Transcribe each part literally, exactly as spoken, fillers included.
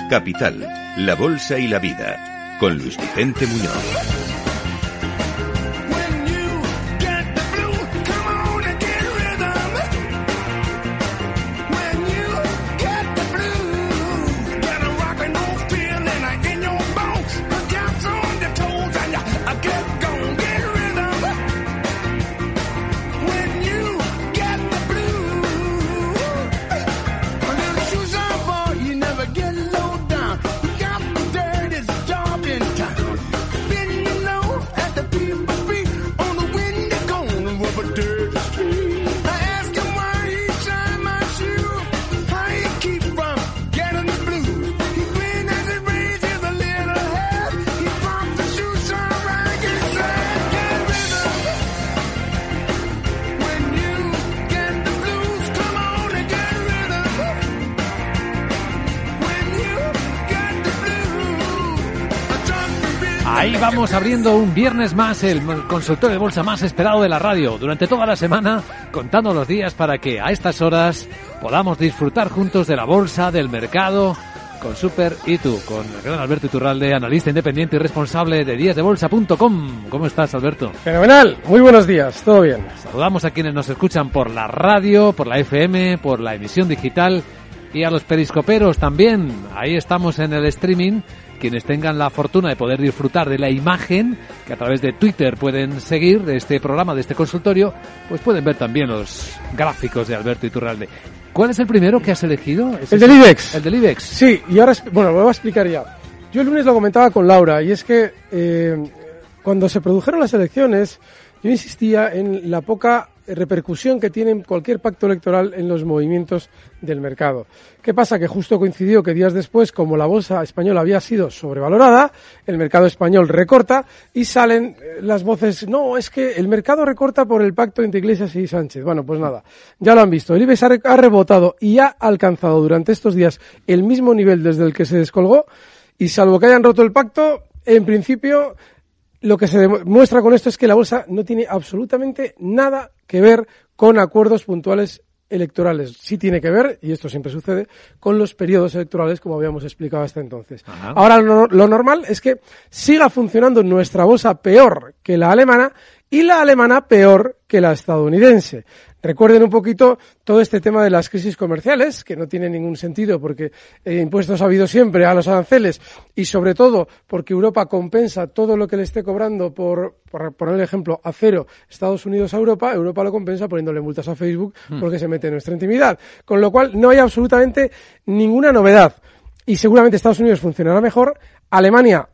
Capital, la bolsa y la vida, con Luis Vicente Muñoz. Ahí vamos abriendo un viernes más, el consultorio de bolsa más esperado de la radio. Durante toda la semana, contando los días para que a estas horas podamos disfrutar juntos de la bolsa, del mercado, con Super I T U, con el gran Alberto Iturralde, analista independiente y responsable de días de bolsa punto com. ¿Cómo estás, Alberto? Fenomenal, muy buenos días, todo bien. Saludamos a quienes nos escuchan por la radio, por la F M, por la emisión digital y a los periscoperos también. Ahí estamos en el streaming. Quienes tengan la fortuna de poder disfrutar de la imagen, que a través de Twitter pueden seguir de este programa, de este consultorio, pues pueden ver también los gráficos de Alberto Iturralde. ¿Cuál es el primero que has elegido? El del IBEX. El del IBEX. Sí, y ahora, bueno, lo voy a explicar ya. Yo el lunes lo comentaba con Laura, y es que eh, cuando se produjeron las elecciones, yo insistía en la poca repercusión que tiene cualquier pacto electoral en los movimientos del mercado. ¿Qué pasa? Que justo coincidió que días después, como la bolsa española había sido sobrevalorada, el mercado español recorta y salen las voces, no, es que el mercado recorta por el pacto entre Iglesias y Sánchez. Bueno, pues nada, ya lo han visto. El IBEX ha, re- ha rebotado y ha alcanzado durante estos días el mismo nivel desde el que se descolgó, y salvo que hayan roto el pacto, en principio lo que se demuestra con esto es que la bolsa no tiene absolutamente nada que ver con acuerdos puntuales electorales. Sí tiene que ver, y esto siempre sucede, con los periodos electorales, como habíamos explicado hasta entonces. Ajá. Ahora, lo, lo normal es que siga funcionando nuestra bolsa peor que la alemana y la alemana peor que la estadounidense. Recuerden un poquito todo este tema de las crisis comerciales, que no tiene ningún sentido porque eh, impuestos ha habido siempre a los aranceles, y sobre todo porque Europa compensa todo lo que le esté cobrando por, por poner el ejemplo, acero, Estados Unidos a Europa, Europa lo compensa poniéndole multas a Facebook porque mm. se mete en nuestra intimidad. Con lo cual no hay absolutamente ninguna novedad. Y seguramente Estados Unidos funcionará mejor. Alemania,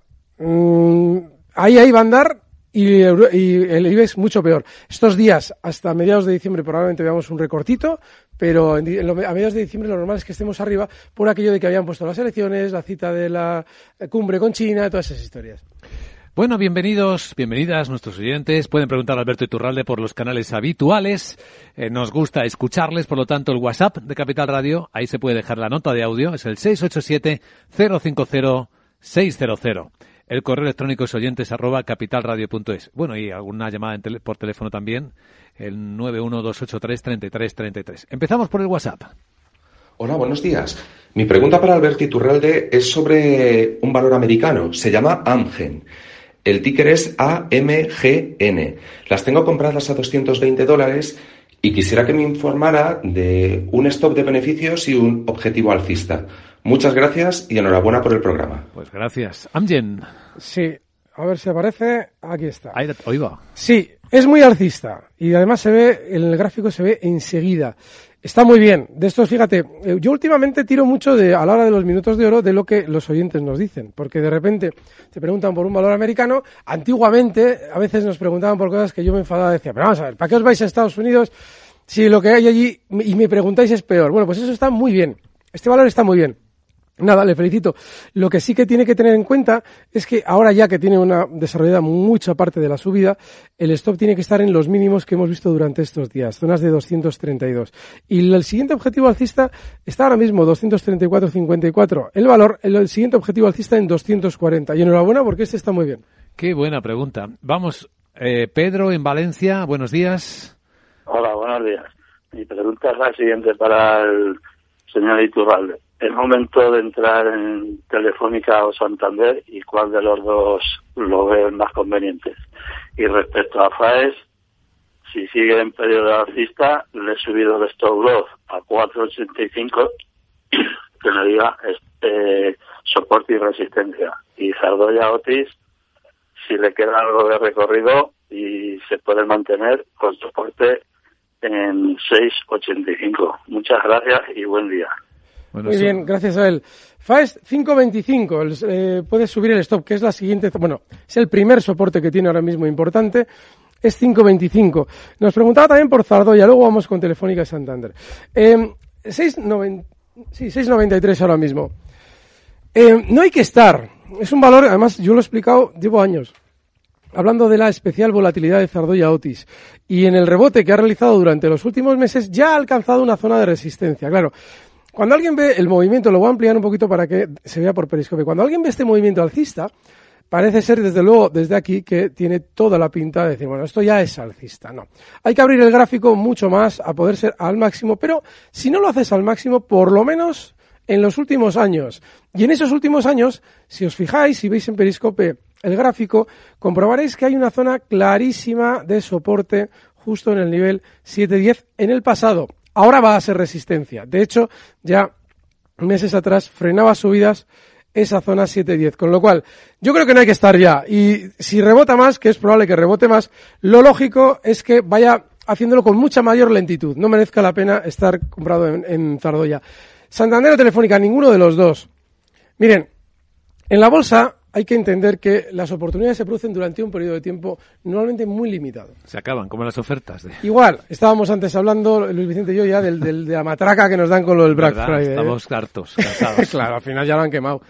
mmm, ahí, ahí va a andar. Y, Euro, y el IBEX mucho peor. Estos días, hasta mediados de diciembre, probablemente veamos un recortito, pero en, en lo, a mediados de diciembre lo normal es que estemos arriba por aquello de que habían puesto las elecciones, la cita de la cumbre con China, todas esas historias. Bueno, bienvenidos, bienvenidas nuestros oyentes. Pueden preguntar a Alberto Iturralde por los canales habituales. Eh, nos gusta escucharles, por lo tanto, el WhatsApp de Capital Radio, ahí se puede dejar la nota de audio, es el seis ocho siete, cero cinco cero, seis cero cero. El correo electrónico es oyentes arroba capitalradio punto es. Bueno, y alguna llamada en tele, por teléfono también, el nueve uno dos ocho tres, treinta y tres treinta y tres. Empezamos por el WhatsApp. Hola, buenos días. Mi pregunta para Alberto Iturralde es sobre un valor americano. Se llama Amgen. El ticker es A M G N. Las tengo compradas a doscientos veinte dólares y quisiera que me informara de un stop de beneficios y un objetivo alcista. Muchas gracias y enhorabuena por el programa. Pues gracias. Amgen. Sí, a ver si aparece. Aquí está. Ahí, oiga. Sí, es muy alcista y además se ve, en el gráfico se ve enseguida. Está muy bien. De estos, fíjate, yo últimamente tiro mucho de, a la hora de los minutos de oro, de lo que los oyentes nos dicen. Porque de repente te preguntan por un valor americano. Antiguamente, a veces nos preguntaban por cosas que yo me enfadaba. Decía, pero vamos a ver, ¿para qué os vais a Estados Unidos si lo que hay allí y me preguntáis es peor? Bueno, pues eso está muy bien. Este valor está muy bien. Nada, le felicito. Lo que sí que tiene que tener en cuenta es que ahora, ya que tiene una desarrollada mucha parte de la subida, el stop tiene que estar en los mínimos que hemos visto durante estos días, zonas de doscientos treinta y dos. Y el siguiente objetivo alcista está ahora mismo doscientos treinta y cuatro cincuenta y cuatro. El valor, el, el siguiente objetivo alcista en doscientos cuarenta. Y enhorabuena porque este está muy bien. Qué buena pregunta. Vamos, eh, Pedro en Valencia, buenos días. Hola, buenos días. Mi pregunta es la siguiente para el señor Iturralde. es momento de entrar en Telefónica o Santander y cuál de los dos lo ven más conveniente. Y respecto a Faes, si sigue en periodo alcista, le he subido el stop loss a cuatro ochenta y cinco, que me diga este, soporte y resistencia. Y Zardoya Otis, si le queda algo de recorrido y se puede mantener con soporte en seis ochenta y cinco. Muchas gracias y buen día. Bueno, muy bien, gracias a él. Faes cinco veinticinco, el, eh, puedes subir el stop, que es la siguiente, bueno, es el primer soporte que tiene ahora mismo importante, es cinco veinticinco. Nos preguntaba también por Zardoya, luego vamos con Telefónica y Santander. Eh, seis noventa, sí, seis noventa y tres ahora mismo. Eh, no hay que estar, es un valor, además yo lo he explicado, llevo años hablando de la especial volatilidad de Zardoya Otis, y en el rebote que ha realizado durante los últimos meses ya ha alcanzado una zona de resistencia, claro. Cuando alguien ve el movimiento, lo voy a ampliar un poquito para que se vea por periscopio. Cuando alguien ve este movimiento alcista, parece ser desde luego desde aquí que tiene toda la pinta de decir, bueno, esto ya es alcista. No. Hay que abrir el gráfico mucho más a poder ser al máximo, pero si no lo haces al máximo, por lo menos en los últimos años. Y en esos últimos años, si os fijáis, si veis en periscope el gráfico, comprobaréis que hay una zona clarísima de soporte justo en el nivel siete diez en el pasado. Ahora va a ser resistencia. De hecho, ya meses atrás frenaba subidas esa zona siete diez. Con lo cual, yo creo que no hay que estar ya. Y si rebota más, que es probable que rebote más, lo lógico es que vaya haciéndolo con mucha mayor lentitud. No merezca la pena estar comprado en, en Zardoya. Santander o Telefónica, ninguno de los dos. Miren, en la bolsa hay que entender que las oportunidades se producen durante un periodo de tiempo normalmente muy limitado. Se acaban, como las ofertas. De... Igual, estábamos antes hablando, Luis Vicente y yo, ya del, del, de la matraca que nos dan con lo del Black Friday. Estamos ¿eh? hartos, cansados. Claro, al final ya lo han quemado.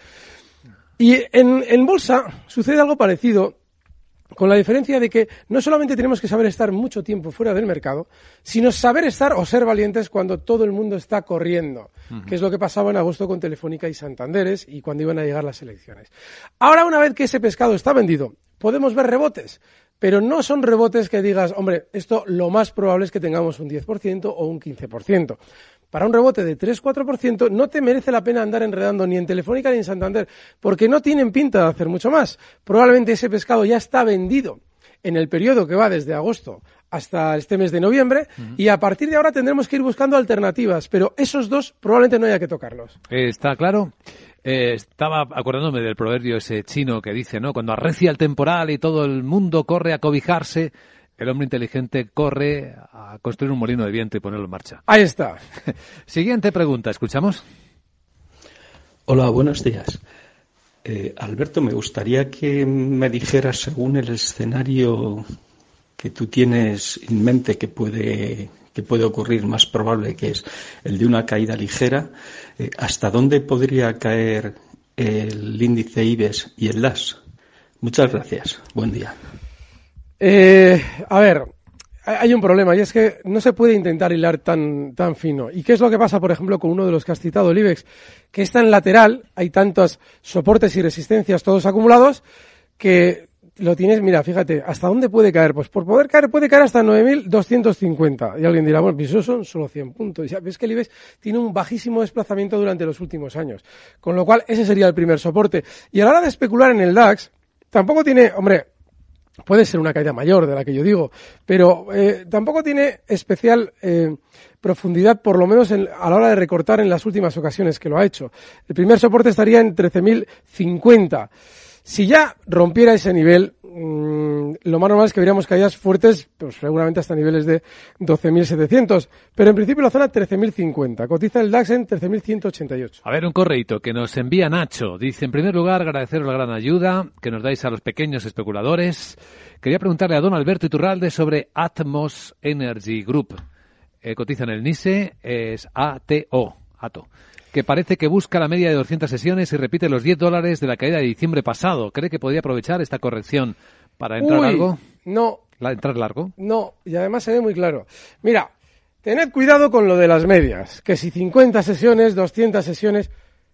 Y en, en bolsa sucede algo parecido, con la diferencia de que no solamente tenemos que saber estar mucho tiempo fuera del mercado, sino saber estar o ser valientes cuando todo el mundo está corriendo, uh-huh. que es lo que pasaba en agosto con Telefónica y Santanderes y cuando iban a llegar las elecciones. Ahora, una vez que ese pescado está vendido, podemos ver rebotes, pero no son rebotes que digas, hombre, esto lo más probable es que tengamos un diez por ciento o un quince por ciento. Para un rebote de tres a cuatro por ciento no te merece la pena andar enredando ni en Telefónica ni en Santander, porque no tienen pinta de hacer mucho más. Probablemente ese pescado ya está vendido en el periodo que va desde agosto hasta este mes de noviembre, uh-huh. y a partir de ahora tendremos que ir buscando alternativas, pero esos dos probablemente no haya que tocarlos. Eh, ¿Está claro? Eh, estaba acordándome del proverbio ese chino que dice, ¿no? Cuando arrecia el temporal y todo el mundo corre a cobijarse, el hombre inteligente corre a construir un molino de viento y ponerlo en marcha. Ahí está. Siguiente pregunta, ¿escuchamos? Hola, buenos días. Eh, Alberto, me gustaría que me dijeras, según el escenario que tú tienes en mente que puede, que puede ocurrir, más probable, que es el de una caída ligera, eh, ¿hasta dónde podría caer el índice IBEX y el D A X? Muchas gracias. Buen día. Eh, a ver, hay un problema y es que no se puede intentar hilar tan, tan fino. ¿Y qué es lo que pasa, por ejemplo, con uno de los que has citado, el IBEX? Que está en lateral, hay tantos soportes y resistencias todos acumulados que lo tienes, mira, fíjate, ¿hasta dónde puede caer? Pues por poder caer, puede caer hasta nueve mil doscientos cincuenta. Y alguien dirá, bueno, pues eso son solo cien puntos. Y ya ves que el IBEX tiene un bajísimo desplazamiento durante los últimos años. Con lo cual, ese sería el primer soporte. Y a la hora de especular en el D A X, tampoco tiene, hombre, puede ser una caída mayor de la que yo digo, pero eh, tampoco tiene especial eh, profundidad, por lo menos en, a la hora de recortar en las últimas ocasiones que lo ha hecho. El primer soporte estaría en trece mil cincuenta. Si ya rompiera ese nivel, mmm, lo más normal es que veríamos caídas fuertes, pues seguramente hasta niveles de doce mil setecientos, pero en principio la zona trece mil cincuenta. Cotiza el D A X en trece mil ciento ochenta y ocho. A ver, un correíto que nos envía Nacho. Dice, en primer lugar, agradeceros la gran ayuda que nos dais a los pequeños especuladores. Quería preguntarle a don Alberto Iturralde sobre Atmos Energy Group. Eh, cotiza en el NISE, es A T O, ATO. Que parece que busca la media de doscientas sesiones y repite los diez dólares de la caída de diciembre pasado. ¿Cree que podría aprovechar esta corrección para entrar Uy, largo? No. ¿La, ¿Entrar largo? No, y además se ve muy claro. Mira, tened cuidado con lo de las medias, que si cincuenta sesiones, doscientas sesiones,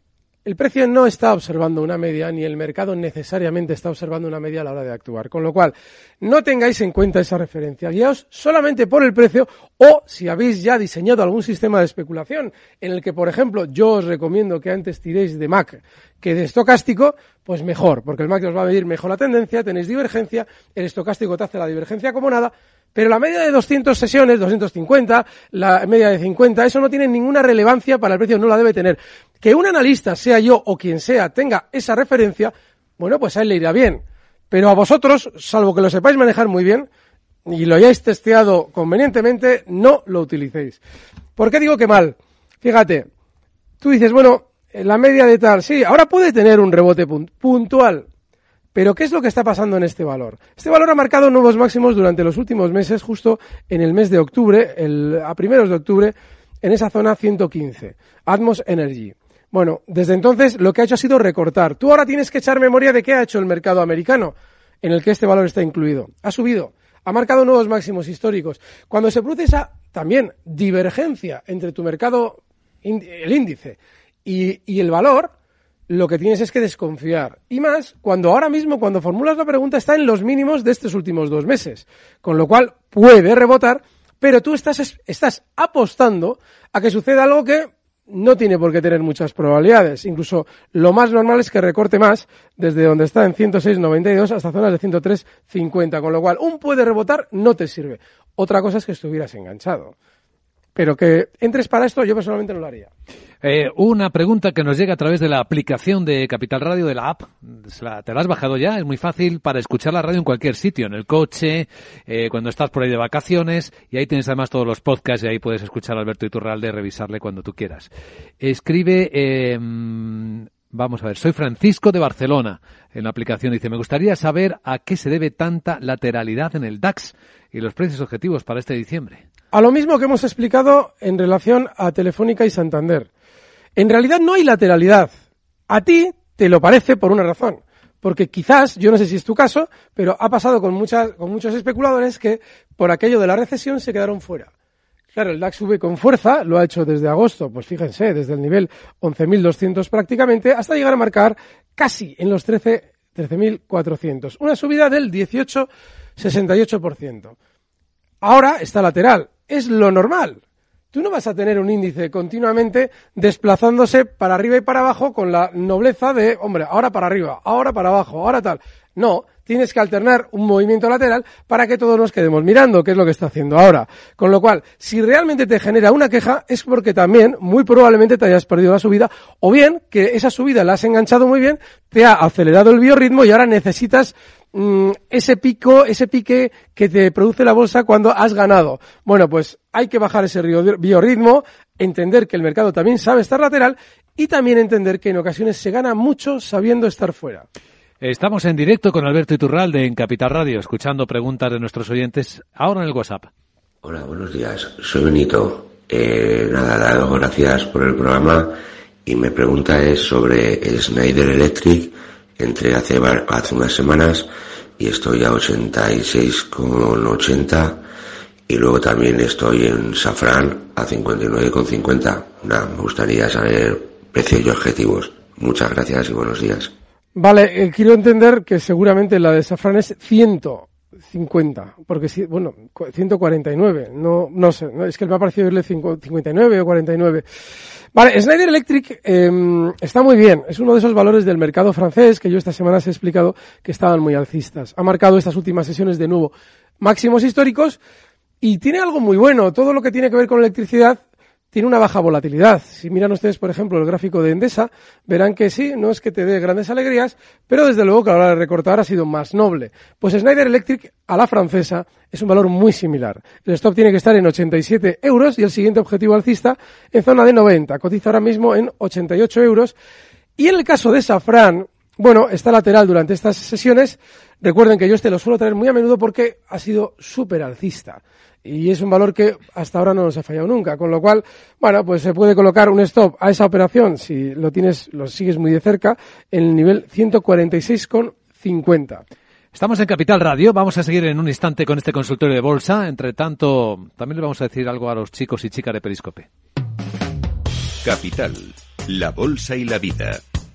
el precio no está observando una media, ni el mercado necesariamente está observando una media a la hora de actuar. Con lo cual, no tengáis en cuenta esa referencia. Guiaos solamente por el precio, o si habéis ya diseñado algún sistema de especulación en el que, por ejemplo, yo os recomiendo que antes tiréis de M A C que de estocástico, pues mejor, porque el M A C os va a medir mejor la tendencia, tenéis divergencia, el estocástico te hace la divergencia como nada, pero la media de doscientas sesiones, doscientos cincuenta, la media de cincuenta, eso no tiene ninguna relevancia para el precio, no la debe tener. Que un analista, sea yo o quien sea, tenga esa referencia, bueno, pues a él le irá bien. Pero a vosotros, salvo que lo sepáis manejar muy bien y lo hayáis testeado convenientemente, no lo utilicéis. ¿Por qué digo que mal? Fíjate, tú dices, bueno, la media de tal, sí, ahora puede tener un rebote puntual. Pero ¿qué es lo que está pasando en este valor? Este valor ha marcado nuevos máximos durante los últimos meses, justo en el mes de octubre, el, a primeros de octubre, en esa zona ciento quince, Atmos Energy. Bueno, desde entonces lo que ha hecho ha sido recortar. Tú ahora tienes que echar memoria de qué ha hecho el mercado americano, en el que este valor está incluido. Ha subido, ha marcado nuevos máximos históricos. Cuando se produce esa, también, divergencia entre tu mercado, el índice, y, y el valor, lo que tienes es que desconfiar. Y más, cuando ahora mismo, cuando formulas la pregunta, está en los mínimos de estos últimos dos meses. Con lo cual, puede rebotar, pero tú estás, estás apostando a que suceda algo que no tiene por qué tener muchas probabilidades. Incluso lo más normal es que recorte más desde donde está en ciento seis noventa y dos hasta zonas de ciento tres cincuenta. Con lo cual, un puede rebotar no te sirve. Otra cosa es que estuvieras enganchado. Pero que entres para esto, yo personalmente no lo haría. Eh, una pregunta que nos llega a través de la aplicación de Capital Radio, de la app. ¿Te la has bajado ya? Es muy fácil para escuchar la radio en cualquier sitio, en el coche, eh, cuando estás por ahí de vacaciones, y ahí tienes además todos los podcasts y ahí puedes escuchar a Alberto Iturralde, revisarle cuando tú quieras. Escribe, eh, vamos a ver, soy Francisco de Barcelona. En la aplicación dice, me gustaría saber a qué se debe tanta lateralidad en el DAX y los precios objetivos para este diciembre. A lo mismo que hemos explicado en relación a Telefónica y Santander. En realidad no hay lateralidad. A ti te lo parece por una razón. Porque quizás, yo no sé si es tu caso, pero ha pasado con muchas, con muchos especuladores que por aquello de la recesión se quedaron fuera. Claro, el DAX sube con fuerza, lo ha hecho desde agosto, pues fíjense, desde el nivel once mil doscientos prácticamente, hasta llegar a marcar casi en los trece mil cuatrocientos. Una subida del dieciocho coma sesenta y ocho por ciento. Ahora está lateral. Es lo normal. Tú no vas a tener un índice continuamente desplazándose para arriba y para abajo con la nobleza de, hombre, ahora para arriba, ahora para abajo, ahora tal. No, tienes que alternar un movimiento lateral para que todos nos quedemos mirando, que es lo que está haciendo ahora. Con lo cual, si realmente te genera una queja, es porque también, muy probablemente, te hayas perdido la subida, o bien que esa subida la has enganchado muy bien, te ha acelerado el biorritmo y ahora necesitas mm, ese pico, ese pique que te produce la bolsa cuando has ganado. Bueno, pues hay que bajar ese biorritmo, entender que el mercado también sabe estar lateral y también entender que en ocasiones se gana mucho sabiendo estar fuera. Estamos en directo con Alberto Iturralde en Capital Radio, escuchando preguntas de nuestros oyentes ahora en el WhatsApp. Hola, buenos días. Soy Benito. Eh, nada, daros gracias por el programa y mi pregunta es sobre el Schneider Electric. Entré hace, hace unas semanas y estoy a ochenta y seis coma ochenta y luego también estoy en Safran a cincuenta y nueve coma cincuenta. Nada, me gustaría saber precios y objetivos. Muchas gracias y buenos días. Vale, eh, quiero entender que seguramente la de Safran es ciento cincuenta, porque si, bueno, ciento cuarenta y nueve, no, no sé, no, es que me ha parecido verle cincuenta y nueve o cuarenta y nueve. Vale, Schneider Electric eh, está muy bien, es uno de esos valores del mercado francés que yo esta semana os he explicado que estaban muy alcistas. Ha marcado estas últimas sesiones de nuevo máximos históricos y tiene algo muy bueno, todo lo que tiene que ver con electricidad tiene una baja volatilidad. Si miran ustedes, por ejemplo, el gráfico de Endesa, verán que sí, no es que te dé grandes alegrías, pero desde luego que a la hora de recortar ha sido más noble. Pues Schneider Electric, a la francesa, es un valor muy similar. El stop tiene que estar en ochenta y siete euros y el siguiente objetivo alcista en zona de noventa. Cotiza ahora mismo en ochenta y ocho euros. Y en el caso de Safran, bueno, está lateral durante estas sesiones. Recuerden que yo este lo suelo traer muy a menudo porque ha sido súper alcista. Y es un valor que hasta ahora no nos ha fallado nunca, con lo cual, bueno, pues se puede colocar un stop a esa operación si lo tienes, lo sigues muy de cerca, en el nivel ciento cuarenta y seis coma cincuenta. Estamos en Capital Radio, vamos a seguir en un instante con este consultorio de bolsa. Entre tanto, también le vamos a decir algo a los chicos y chicas de Periscope. Capital, la bolsa y la vida.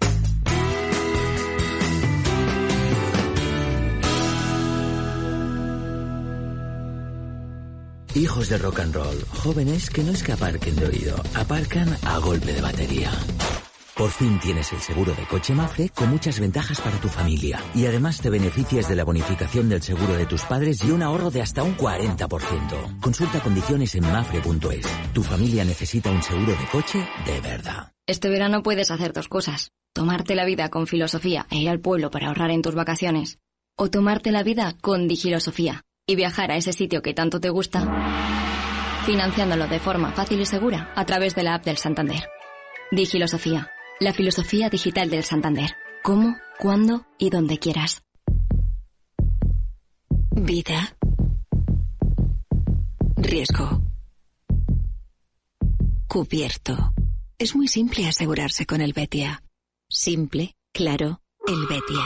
Hijos del rock and roll, jóvenes que no es que aparquen de oído, aparcan a golpe de batería. Por fin tienes el seguro de coche Mafre con muchas ventajas para tu familia. Y además te beneficias de la bonificación del seguro de tus padres y un ahorro de hasta un cuarenta por ciento. Consulta condiciones en mafre punto es. Tu familia necesita un seguro de coche de verdad. Este verano puedes hacer dos cosas. Tomarte la vida con filosofía e ir al pueblo para ahorrar en tus vacaciones. O tomarte la vida con Digilosofía y viajar a ese sitio que tanto te gusta, financiándolo de forma fácil y segura a través de la app del Santander. Digilosofía, la filosofía digital del Santander. Cómo, cuándo y donde quieras. Vida. Riesgo. Cubierto. Es muy simple asegurarse con el Betia. Simple, claro, el Betia.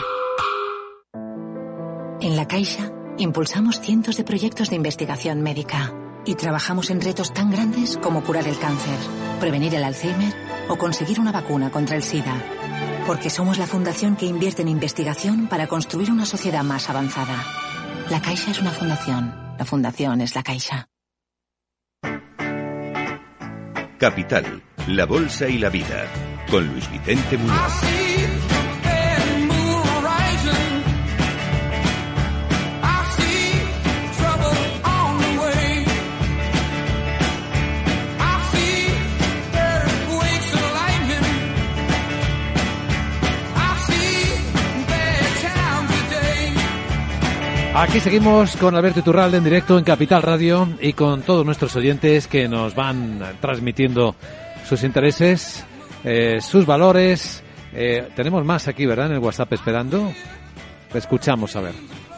En La Caixa impulsamos cientos de proyectos de investigación médica y trabajamos en retos tan grandes como curar el cáncer, prevenir el Alzheimer o conseguir una vacuna contra el SIDA. Porque somos la fundación que invierte en investigación para construir una sociedad más avanzada. La Caixa es una fundación. La fundación es La Caixa. Capital, la bolsa y la vida, con Luis Vicente Muñoz. Aquí seguimos con Alberto Iturralde en directo en Capital Radio y con todos nuestros oyentes que nos van transmitiendo sus intereses, eh, sus valores. Eh, tenemos más aquí, ¿verdad? En el WhatsApp esperando. Escuchamos, a ver.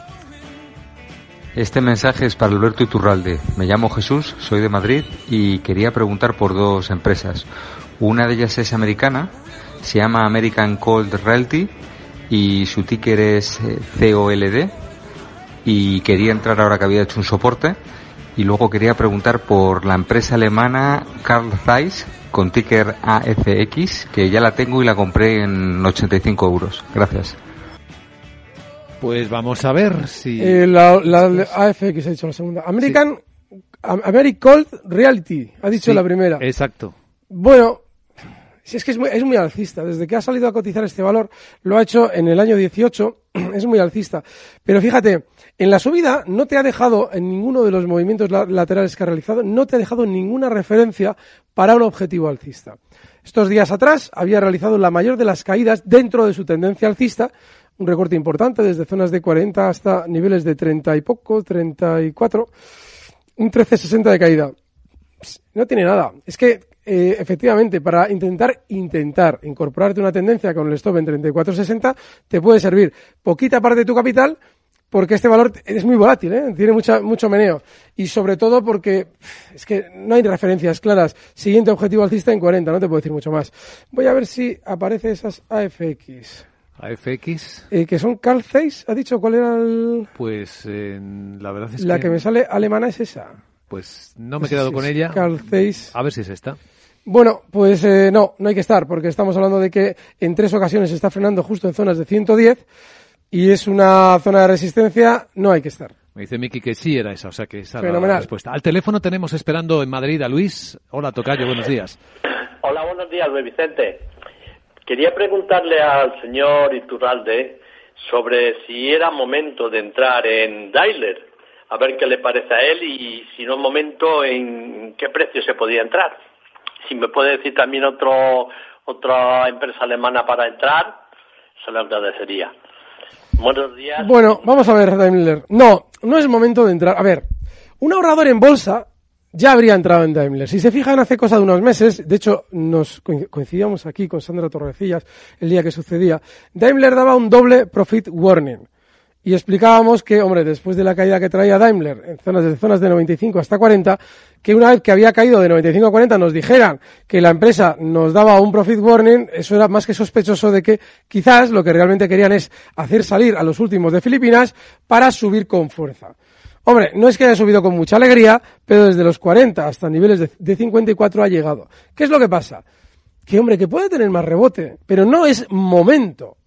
Este mensaje es para Alberto Iturralde. Me llamo Jesús, soy de Madrid y quería preguntar por dos empresas. Una de ellas es americana, se llama American Cold Realty y su ticker es C O L D. Y quería entrar ahora que había hecho un soporte. Y luego quería preguntar por la empresa alemana Carl Zeiss con ticker A F X, que ya la tengo y la compré en ochenta y cinco euros. Gracias. Pues vamos a ver si... Eh, la, la, la A F X ha dicho la segunda. American, sí. American Cold Realty, ha dicho sí, la primera. Exacto. Bueno, si es que es muy, es muy alcista. Desde que ha salido a cotizar este valor, lo ha hecho en el año dieciocho, es muy alcista. Pero fíjate, en la subida no te ha dejado, en ninguno de los movimientos laterales que ha realizado, no te ha dejado ninguna referencia para un objetivo alcista. Estos días atrás había realizado la mayor de las caídas dentro de su tendencia alcista, un recorte importante desde zonas de cuarenta hasta niveles de treinta y poco, treinta y cuatro, un trece sesenta de caída. No tiene nada. Es que, eh, efectivamente, para intentar, intentar incorporarte una tendencia con el stop en treinta y cuatro sesenta, te puede servir poquita parte de tu capital, porque este valor es muy volátil, ¿eh? Tiene mucha, mucho meneo. Y sobre todo porque es que no hay referencias claras. Siguiente objetivo alcista en cuarenta, no te puedo decir mucho más. Voy a ver si aparece esas A F X. A F X. Eh, que son Carl Zeiss, ¿ha dicho cuál era el...? Pues eh, la verdad es la que... que me sale alemana es esa. Pues no me he quedado con ella. Carl Zeiss. A ver si es esta. Bueno, pues eh, no, no hay que estar, porque estamos hablando de que en tres ocasiones se está frenando justo en zonas de ciento diez y es una zona de resistencia, no hay que estar. Me dice Miki que sí era esa, o sea que esa era Fenomenal. la respuesta. Al teléfono tenemos esperando en Madrid a Luis. Hola, tocayo, buenos días. Hola, buenos días, Luis Vicente. Quería preguntarle al señor Iturralde sobre si era momento de entrar en Daimler, a ver qué le parece a él y si no es momento en qué precio se podía entrar. Si me puede decir también otro otra empresa alemana para entrar, se lo agradecería. Buenos días. Bueno, vamos a ver, Daimler. No, no es momento de entrar. A ver, un ahorrador en bolsa ya habría entrado en Daimler. Si se fijan, hace cosa de unos meses, de hecho, nos coincidíamos aquí con Sandra Torrecillas el día que sucedía, Daimler daba un doble profit warning. Y explicábamos que, hombre, después de la caída que traía Daimler en zonas de zonas de noventa y cinco hasta cuarenta, que una vez que había caído de noventa y cinco a cuarenta nos dijeran que la empresa nos daba un profit warning, eso era más que sospechoso de que quizás lo que realmente querían es hacer salir a los últimos de Filipinas para subir con fuerza. Hombre, no es que haya subido con mucha alegría, pero desde los cuarenta hasta niveles de, de cincuenta y cuatro ha llegado. ¿Qué es lo que pasa? Que, hombre, que puede tener más rebote, pero no es momento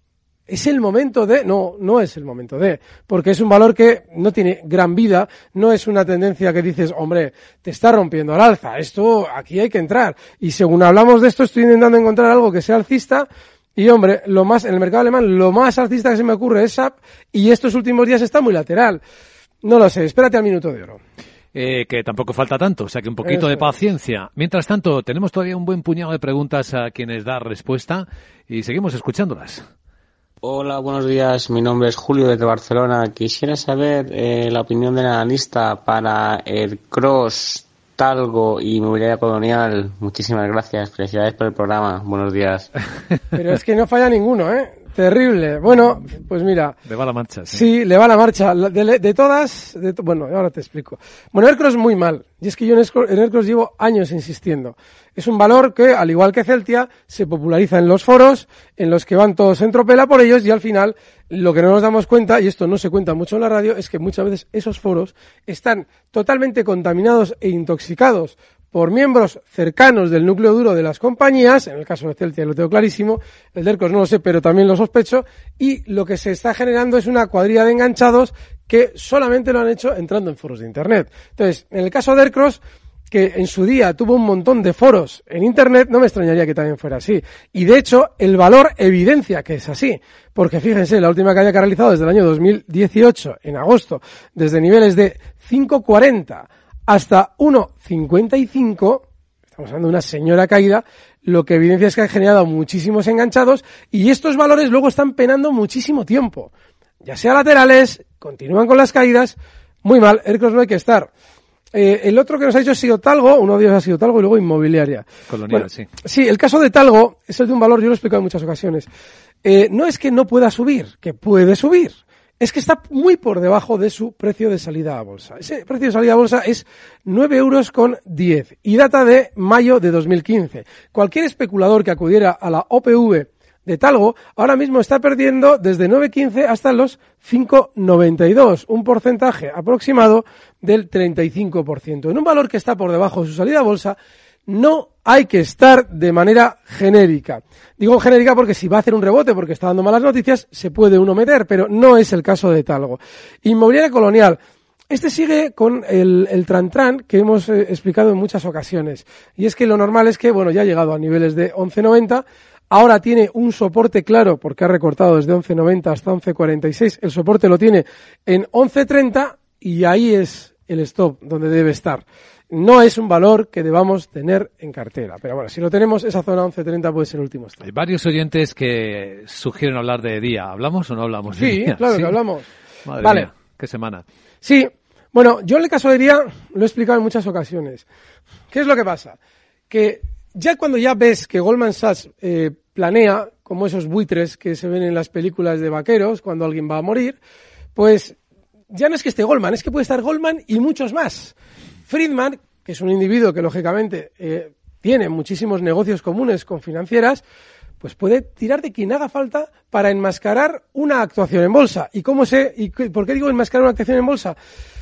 ¿Es el momento de? No, no es el momento de, porque es un valor que no tiene gran vida, no es una tendencia que dices, hombre, te está rompiendo al alza, esto, aquí hay que entrar. Y según hablamos de esto, estoy intentando encontrar algo que sea alcista, y hombre, lo más, en el mercado alemán, lo más alcista que se me ocurre es S A P, y estos últimos días está muy lateral. No lo sé, espérate al minuto de oro. Eh, que tampoco falta tanto, o sea que un poquito Eso. de paciencia. Mientras tanto, tenemos todavía un buen puñado de preguntas a quienes dar respuesta, y seguimos escuchándolas. Hola, buenos días. Mi nombre es Julio desde Barcelona. Quisiera saber eh, la opinión del analista para el Cross, Talgo y Mobiliaria Colonial. Muchísimas gracias. Felicidades por el programa. Buenos días. Pero es que no falla ninguno, ¿eh? Terrible. Bueno, pues mira. Le va la marcha, sí. Sí, le va la marcha. De, de todas, de to- bueno, ahora te explico. Bueno, Aircross muy mal. Y es que yo en Aircross, en Aircross llevo años insistiendo. Es un valor que, al igual que Celtia, se populariza en los foros, en los que van todos en tropela por ellos, y al final, lo que no nos damos cuenta, y esto no se cuenta mucho en la radio, es que muchas veces esos foros están totalmente contaminados e intoxicados por miembros cercanos del núcleo duro de las compañías. En el caso de Celtia lo tengo clarísimo, el de Aircross no lo sé, pero también lo sospecho, y lo que se está generando es una cuadrilla de enganchados que solamente lo han hecho entrando en foros de Internet. Entonces, en el caso de Aircross, que en su día tuvo un montón de foros en Internet, no me extrañaría que también fuera así. Y de hecho, el valor evidencia que es así. Porque fíjense, la última caída que ha realizado desde el año dos mil dieciocho, en agosto, desde niveles de cinco cuarenta hasta uno cincuenta y cinco, estamos hablando de una señora caída, lo que evidencia es que han generado muchísimos enganchados, y estos valores luego están penando muchísimo tiempo. Ya sea laterales, continúan con las caídas, muy mal, Aircross no hay que estar. Eh, el otro que nos ha dicho ha sido Talgo, uno de ellos ha sido Talgo y luego Inmobiliaria. Colonial, Bueno, sí. Sí, el caso de Talgo es el de un valor, yo lo he explicado en muchas ocasiones. Eh, no es que no pueda subir, que puede subir. Es que está muy por debajo de su precio de salida a bolsa. Ese precio de salida a bolsa es nueve euros con diez y data de mayo de dos mil quince. Cualquier especulador que acudiera a la O P V de Talgo ahora mismo está perdiendo desde nueve quince hasta los cinco noventa y dos, un porcentaje aproximado del treinta y cinco por ciento. En un valor que está por debajo de su salida a bolsa, no hay que estar de manera genérica. Digo genérica porque si va a hacer un rebote porque está dando malas noticias, se puede uno meter, pero no es el caso de Talgo. Inmobiliaria Colonial. Este sigue con el, el tran-tran que hemos eh, explicado en muchas ocasiones. Y es que lo normal es que, bueno, ya ha llegado a niveles de once noventa, ahora tiene un soporte claro porque ha recortado desde once noventa hasta once cuarenta y seis. El soporte lo tiene en once treinta y ahí es el stop donde debe estar. No es un valor que debamos tener en cartera. Pero bueno, si lo tenemos, esa zona once treinta puede ser el último stop. Hay varios oyentes que sugieren hablar de día. ¿Hablamos o no hablamos de Sí, día? claro ¿Sí? que hablamos. Madre Vale. mía, qué semana. Sí, bueno, yo en el caso de día lo he explicado en muchas ocasiones. ¿Qué es lo que pasa? Que ya cuando ya ves que Goldman Sachs eh, planea, como esos buitres que se ven en las películas de vaqueros, cuando alguien va a morir, pues ya no es que esté Goldman, es que puede estar Goldman y muchos más. Friedman, que es un individuo que lógicamente eh, tiene muchísimos negocios comunes con financieras, pues puede tirar de quien haga falta para enmascarar una actuación en bolsa. ¿Y cómo sé, y por qué digo enmascarar una actuación en bolsa?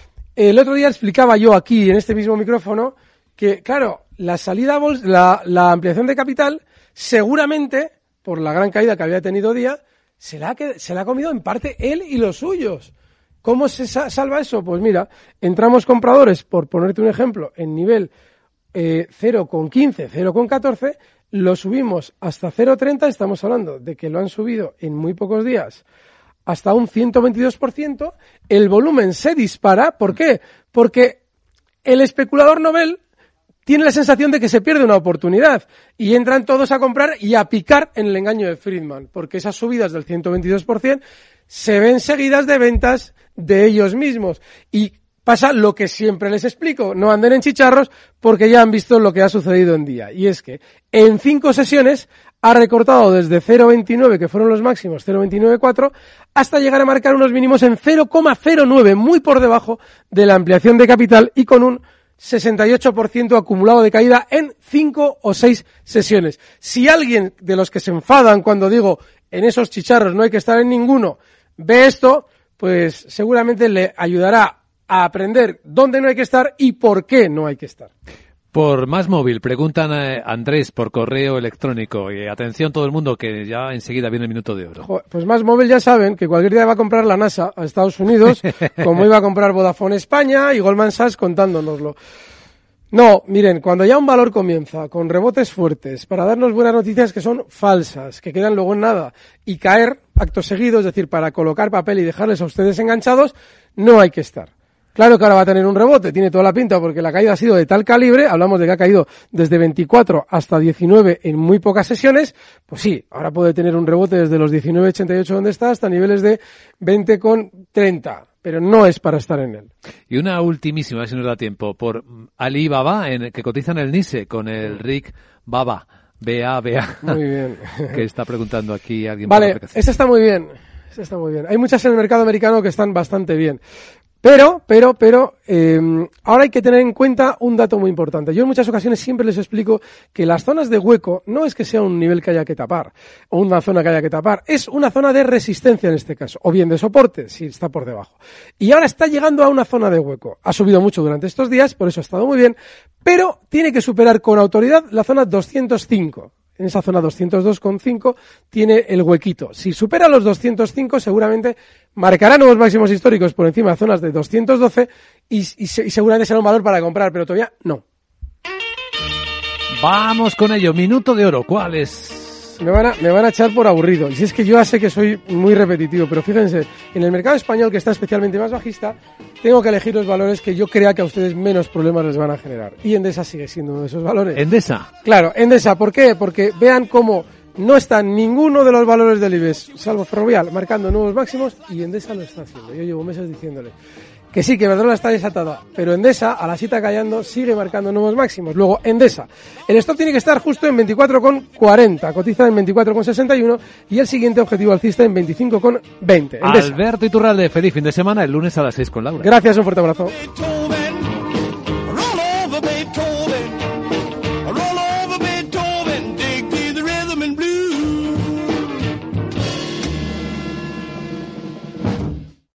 El otro día explicaba yo aquí, en este mismo micrófono, que, claro, la salida a bolsa, la, la ampliación de capital, seguramente, por la gran caída que había tenido Día, se la ha, que, se la ha comido en parte él y los suyos. ¿Cómo se sa- salva eso? Pues mira, entramos compradores, por ponerte un ejemplo, en nivel eh, cero coma quince, cero coma catorce, lo subimos hasta cero coma treinta, estamos hablando de que lo han subido en muy pocos días hasta un ciento veintidós por ciento, el volumen se dispara. ¿Por qué? Porque el especulador novel tiene la sensación de que se pierde una oportunidad y entran todos a comprar y a picar en el engaño de Friedman, porque esas subidas del ciento veintidós por ciento se ven seguidas de ventas de ellos mismos. Y pasa lo que siempre les explico, no anden en chicharros porque ya han visto lo que ha sucedido en Día. Y es que en cinco sesiones ha recortado desde cero coma veintinueve, que fueron los máximos, cero coma veintinueve cuatro, hasta llegar a marcar unos mínimos en cero coma cero nueve, muy por debajo de la ampliación de capital y con un sesenta y ocho por ciento acumulado de caída en cinco o seis sesiones. Si alguien de los que se enfadan cuando digo en esos chicharros no hay que estar en ninguno, ve esto, pues seguramente le ayudará a aprender dónde no hay que estar y por qué no hay que estar. Por Más Móvil, preguntan a Andrés por correo electrónico. Y atención todo el mundo, que ya enseguida viene el minuto de oro. Joder, pues Más Móvil ya saben que cualquier día va a comprar la NASA a Estados Unidos, como iba a comprar Vodafone España y Goldman Sachs contándonoslo. No, miren, cuando ya un valor comienza con rebotes fuertes para darnos buenas noticias que son falsas, que quedan luego en nada, y caer acto seguido, es decir, para colocar papel y dejarles a ustedes enganchados, no hay que estar. Claro que ahora va a tener un rebote, tiene toda la pinta porque la caída ha sido de tal calibre, hablamos de que ha caído desde veinticuatro hasta diecinueve en muy pocas sesiones, pues sí, ahora puede tener un rebote desde los diecinueve ochenta y ocho donde está hasta niveles de veinte con treinta, pero no es para estar en él. Y una ultimísima, si nos da tiempo, por Alibaba, en el, que cotiza en el NISE con el R I C Baba, B A B A. Muy bien. Que está preguntando aquí alguien. Vale, esta está muy bien, esta está muy bien. Hay muchas en el mercado americano que están bastante bien. Pero, pero, pero, eh, ahora hay que tener en cuenta un dato muy importante. Yo en muchas ocasiones siempre les explico que las zonas de hueco no es que sea un nivel que haya que tapar, o una zona que haya que tapar, es una zona de resistencia en este caso, o bien de soporte, si está por debajo. Y ahora está llegando a una zona de hueco. Ha subido mucho durante estos días, por eso ha estado muy bien, pero tiene que superar con autoridad la zona doscientos cinco. En esa zona doscientos dos coma cinco tiene el huequito. Si supera los doscientos cinco, seguramente marcará nuevos máximos históricos por encima de zonas de doscientos doce y, y, y seguramente será un valor para comprar, pero todavía no. Vamos con ello. Minuto de oro. ¿Cuál es? Me van a, me van a echar por aburrido. Y si es que yo ya sé que soy muy repetitivo, pero fíjense, en el mercado español, que está especialmente más bajista, tengo que elegir los valores que yo crea que a ustedes menos problemas les van a generar. Y Endesa sigue siendo uno de esos valores. ¿Endesa? Claro, Endesa. ¿Por qué? Porque vean cómo no está ninguno de los valores del IBEX, salvo Ferrovial, marcando nuevos máximos, y Endesa lo está haciendo. Yo llevo meses diciéndole que sí, que Iberdrola está desatada, pero Endesa, a la cita callando, sigue marcando nuevos máximos. Luego, Endesa. El stop tiene que estar justo en veinticuatro con cuarenta, cotiza en veinticuatro con sesenta y uno y el siguiente objetivo alcista en veinticinco con veinte. Endesa. Alberto Iturralde, feliz fin de semana, el lunes a las seis con Laura. Gracias, un fuerte abrazo.